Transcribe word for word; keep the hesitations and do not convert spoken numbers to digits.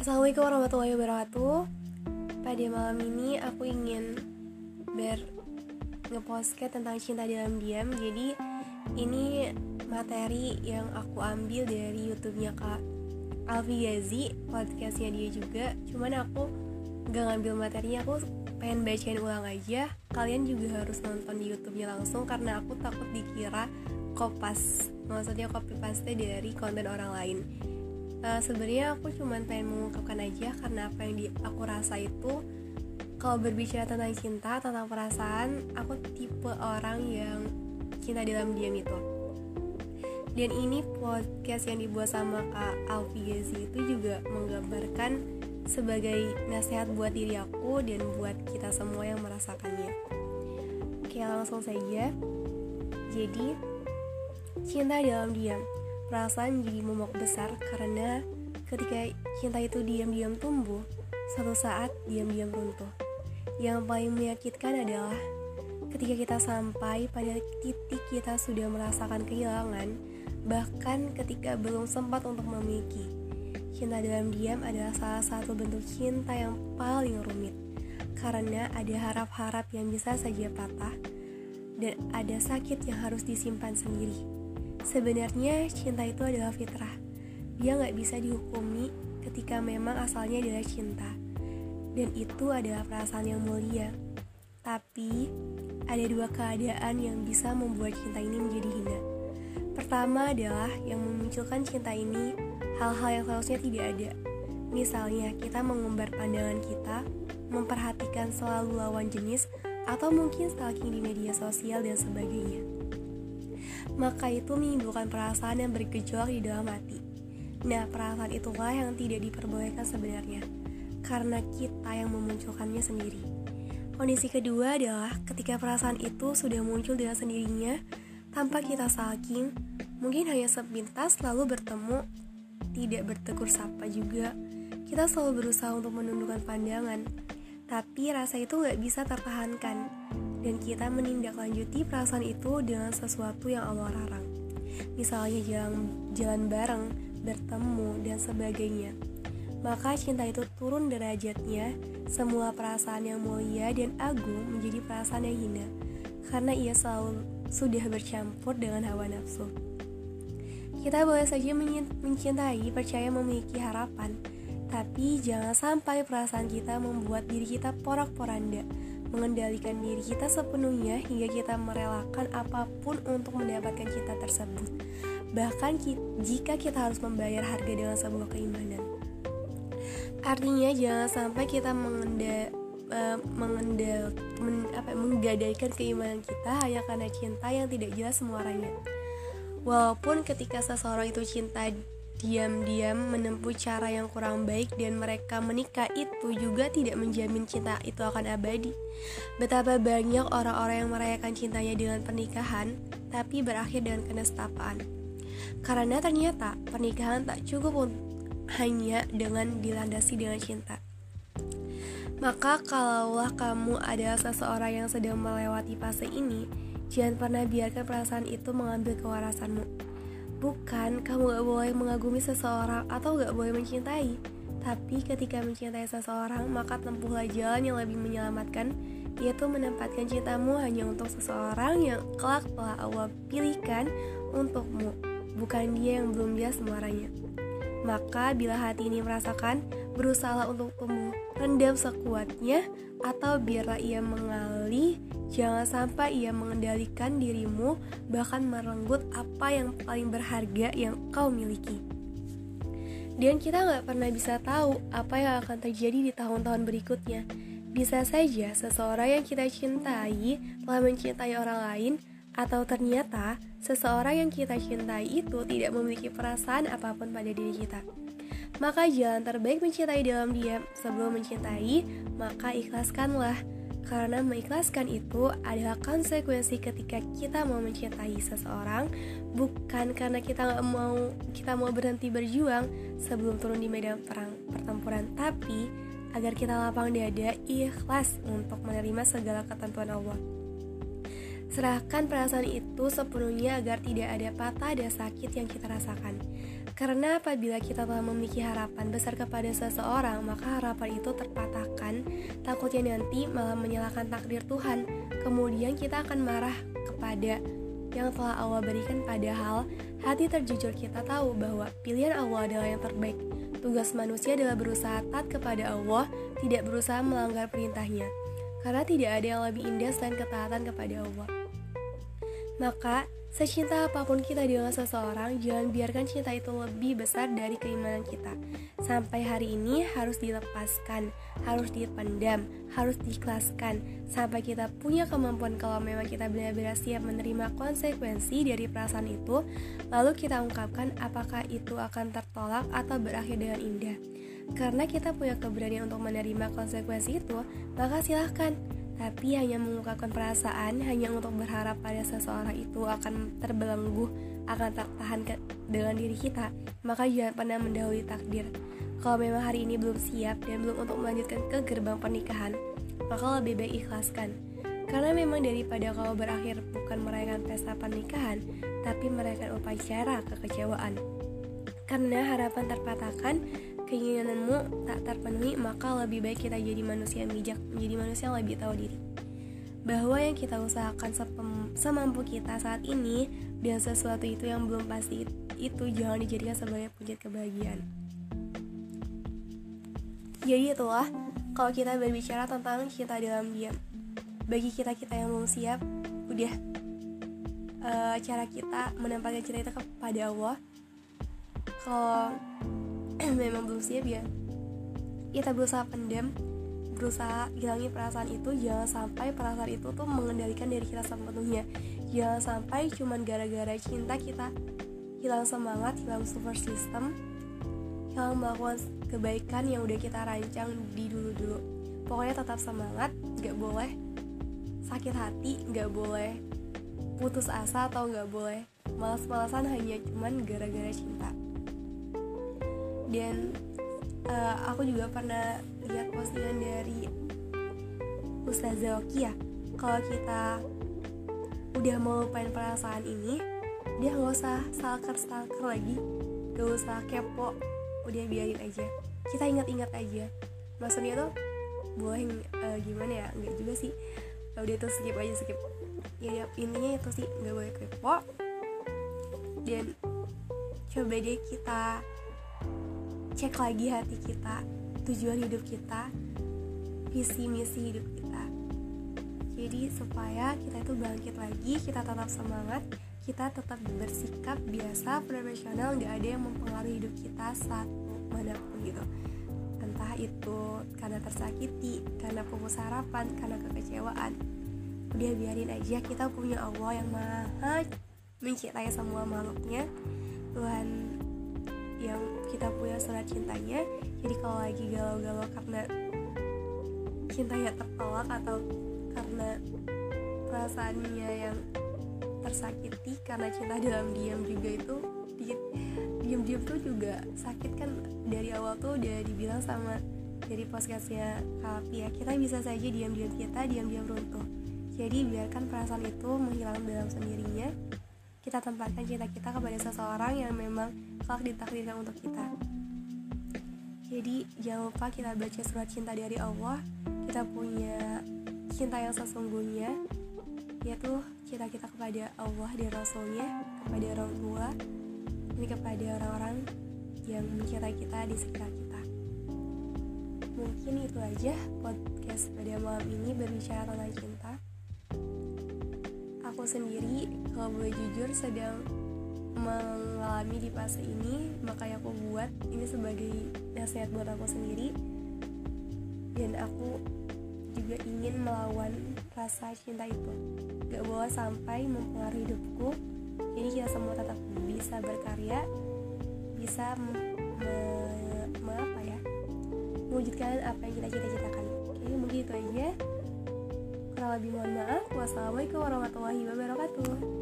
Assalamualaikum warahmatullahi wabarakatuh. Pada malam ini aku ingin ber nge-podcast tentang cinta dalam diam. Jadi ini materi yang aku ambil dari YouTube-nya Kak Alfi Gazi, podcastnya dia juga. Cuman aku gak ngambil materinya, aku pengen bacain ulang aja. Kalian juga harus nonton di YouTube-nya langsung karena aku takut dikira kopas, maksudnya copy paste dari konten orang lain. Uh, sebenarnya aku cuma pengen mengungkapkan aja karena apa yang di, aku rasa itu kalau berbicara tentang cinta, tentang perasaan, aku tipe orang yang cinta dalam diam itu. Dan ini podcast yang dibuat sama Kak Alfi Gazi itu juga menggambarkan sebagai nasihat buat diri aku dan buat kita semua yang merasakannya. Oke, langsung saja. Jadi, cinta dalam diam. Perasaan jadi momok besar karena ketika cinta itu diam-diam tumbuh, suatu saat diam-diam runtuh. Yang paling menyakitkan adalah ketika kita sampai pada titik kita sudah merasakan kehilangan, bahkan ketika belum sempat untuk memiliki. Cinta dalam diam adalah salah satu bentuk cinta yang paling rumit, karena ada harap-harap yang bisa saja patah, dan ada sakit yang harus disimpan sendiri. Sebenarnya cinta itu adalah fitrah. Dia gak bisa dihukumi ketika memang asalnya adalah cinta. Dan itu adalah perasaan yang mulia. Tapi ada dua keadaan yang bisa membuat cinta ini menjadi hina. Pertama adalah yang memunculkan cinta ini hal-hal yang seharusnya tidak ada. Misalnya kita mengumbar pandangan kita, memperhatikan selalu lawan jenis, atau mungkin stalking di media sosial dan sebagainya. Maka itu menimbulkan perasaan yang bergejolak di dalam hati. Nah, perasaan itulah yang tidak diperbolehkan sebenarnya, karena kita yang memunculkannya sendiri. Kondisi kedua adalah ketika perasaan itu sudah muncul dengan sendirinya, tanpa kita stalking, mungkin hanya sepintas lalu bertemu, tidak bertegur sapa juga. Kita selalu berusaha untuk menundukkan pandangan, tapi rasa itu gak bisa tertahankan, dan kita menindaklanjuti perasaan itu dengan sesuatu yang Allah larang. Misalnya jalan, jalan bareng, bertemu, dan sebagainya. Maka cinta itu turun derajatnya, semua perasaan yang mulia dan agung menjadi perasaan yang hina, karena ia selalu sudah bercampur dengan hawa nafsu. Kita boleh saja mencintai, percaya memiliki harapan, tapi jangan sampai perasaan kita membuat diri kita porak-poranda, mengendalikan diri kita sepenuhnya hingga kita merelakan apapun untuk mendapatkan cinta tersebut. Bahkan ki- jika kita harus membayar harga dengan sebuah keimanan. Artinya jangan sampai kita mengenda, uh, mengendal, men, apa, menggadaikan keimanan kita hanya karena cinta yang tidak jelas muaranya. Walaupun ketika seseorang itu cinta diam-diam menempuh cara yang kurang baik dan mereka menikah, itu juga tidak menjamin cinta itu akan abadi. Betapa banyak orang-orang yang merayakan cintanya dengan pernikahan tapi berakhir dengan kenestapaan. Karena ternyata pernikahan tak cukup hanya dengan dilandasi dengan cinta. Maka kalaulah kamu adalah seseorang yang sedang melewati fase ini, jangan pernah biarkan perasaan itu mengambil kewarasanmu. Bukan kamu gak boleh mengagumi seseorang atau gak boleh mencintai, tapi ketika mencintai seseorang, maka tempuhlah jalan yang lebih menyelamatkan, yaitu menempatkan cintamu hanya untuk seseorang yang kelak telah Allah pilihkan untukmu, bukan dia yang belum jelas muaranya. Maka bila hati ini merasakan, berusaha untuk tumbuh rendam sekuatnya, atau biarlah ia mengalir. Jangan sampai ia mengendalikan dirimu, bahkan merenggut apa yang paling berharga yang kau miliki. Dan kita gak pernah bisa tahu apa yang akan terjadi di tahun-tahun berikutnya. Bisa saja seseorang yang kita cintai telah mencintai orang lain, atau ternyata seseorang yang kita cintai itu tidak memiliki perasaan apapun pada diri kita. Maka jalan terbaik mencintai dalam diam. Sebelum mencintai, maka ikhlaskanlah. Karena mengikhlaskan itu adalah konsekuensi ketika kita mau mencintai seseorang, bukan karena kita nggak mau kita mau berhenti berjuang sebelum turun di medan perang pertempuran, tapi agar kita lapang dada, ikhlas untuk menerima segala ketentuan Allah. Serahkan perasaan itu sepenuhnya agar tidak ada patah dan sakit yang kita rasakan. Karena apabila kita telah memiliki harapan besar kepada seseorang, maka harapan itu terpatahkan. Takutnya nanti malah menyalahkan takdir Tuhan. Kemudian kita akan marah kepada yang telah Allah berikan, padahal hati terjujur kita tahu bahwa pilihan Allah adalah yang terbaik. Tugas manusia adalah berusaha taat kepada Allah, tidak berusaha melanggar perintahnya. Karena tidak ada yang lebih indah selain ketaatan kepada Allah. Maka, secinta apapun kita dengan seseorang, jangan biarkan cinta itu lebih besar dari keimanan kita. Sampai hari ini harus dilepaskan, harus dipendam, harus diikhlaskan. Sampai kita punya kemampuan kalau memang kita benar-benar siap menerima konsekuensi dari perasaan itu, lalu kita ungkapkan apakah itu akan tertolak atau berakhir dengan indah. Karena kita punya keberanian untuk menerima konsekuensi itu, maka silahkan. Tapi hanya mengungkapkan perasaan hanya untuk berharap pada seseorang itu akan terbelenggu, akan tertahan ke, dengan diri kita, maka jangan pernah mendahului takdir. Kalau memang hari ini belum siap dan belum untuk melanjutkan ke gerbang pernikahan, maka lebih baik ikhlaskan. Karena memang daripada kau berakhir bukan merayakan pesta pernikahan, tapi merayakan upacara kekecewaan. Karena harapan terpatahkan, keinginanmu tak terpenuhi, maka lebih baik kita jadi manusia yang bijak, menjadi manusia yang lebih tahu diri. Bahwa yang kita usahakan sepem- semampu kita saat ini, dan sesuatu itu yang belum pasti itu jangan dijadikan sebagai puncak kebahagiaan. Jadi itulah kalau kita berbicara tentang cinta dalam diam. Bagi kita-kita yang belum siap, udah uh, cara kita menempatkan cinta itu kepada Allah. Kalau memang belum siap ya, kita berusaha pendam, berusaha hilangi perasaan itu. Jangan sampai perasaan itu tuh mengendalikan diri kita sepenuhnya. Jangan sampai cuman gara-gara cinta kita hilang semangat, hilang support system, hilang melakukan kebaikan yang udah kita rancang di dulu-dulu. Pokoknya tetap semangat, gak boleh sakit hati, gak boleh putus asa, atau gak boleh malas-malasan hanya cuman gara-gara cinta. Dan uh, aku juga pernah lihat postingan dari Ustazah Oki ya, kalau kita udah mau lupain perasaan ini, dia gak usah stalker-stalker lagi, gak usah kepo, udah biarin aja, kita ingat-ingat aja. Maksudnya tuh boleh uh, gimana ya, enggak juga sih, udah tuh skip aja, skip ya, ya intinya itu sih, gak boleh kepo. Dan coba deh kita cek lagi hati kita, tujuan hidup kita, visi misi hidup kita. Jadi supaya kita itu bangkit lagi, kita tetap semangat, kita tetap bersikap biasa, profesional, gak ada yang mempengaruhi hidup kita saat manapun gitu. Entah itu karena tersakiti, karena putus harapan, karena kekecewaan, udah biarin aja. Kita punya Allah yang maha mencintai semua makhluknya, Tuhan yang kita punya surat cintanya. Jadi kalau lagi galau-galau karena cintanya tertolak atau karena perasaannya yang tersakiti, karena cinta dalam diam juga itu, diam-diam tuh juga sakit kan. Dari awal tuh udah dibilang sama dari podcastnya Kalpi ya, kita bisa saja diam-diam kita diam-diam runtuh. Jadi biarkan perasaan itu menghilang dalam sendirinya. Kita tempatkan cinta kita kepada seseorang yang memang kelak ditakdirkan untuk kita. Jadi jangan lupa kita baca surat cinta dari Allah. Kita punya cinta yang sesungguhnya, yaitu cinta kita kepada Allah dan Rasulnya, kepada orang tua, ini kepada orang-orang yang mencintai kita di sekitar kita. Mungkin itu aja podcast pada malam ini berbicara tentang cinta. Aku sendiri kalau boleh jujur sedang mengalami di fase ini, makanya aku buat ini sebagai nasihat buat aku sendiri. Dan aku juga ingin melawan rasa cinta itu, gak boleh sampai mempengaruhi hidupku. Jadi kita semua tetap bisa berkarya, bisa me- me- me- apa ya, mewujudkan apa yang kita cita-citakan. Oke, mungkin itu aja. Kurang lebih mohon maaf. Wassalamualaikum warahmatullahi wabarakatuh.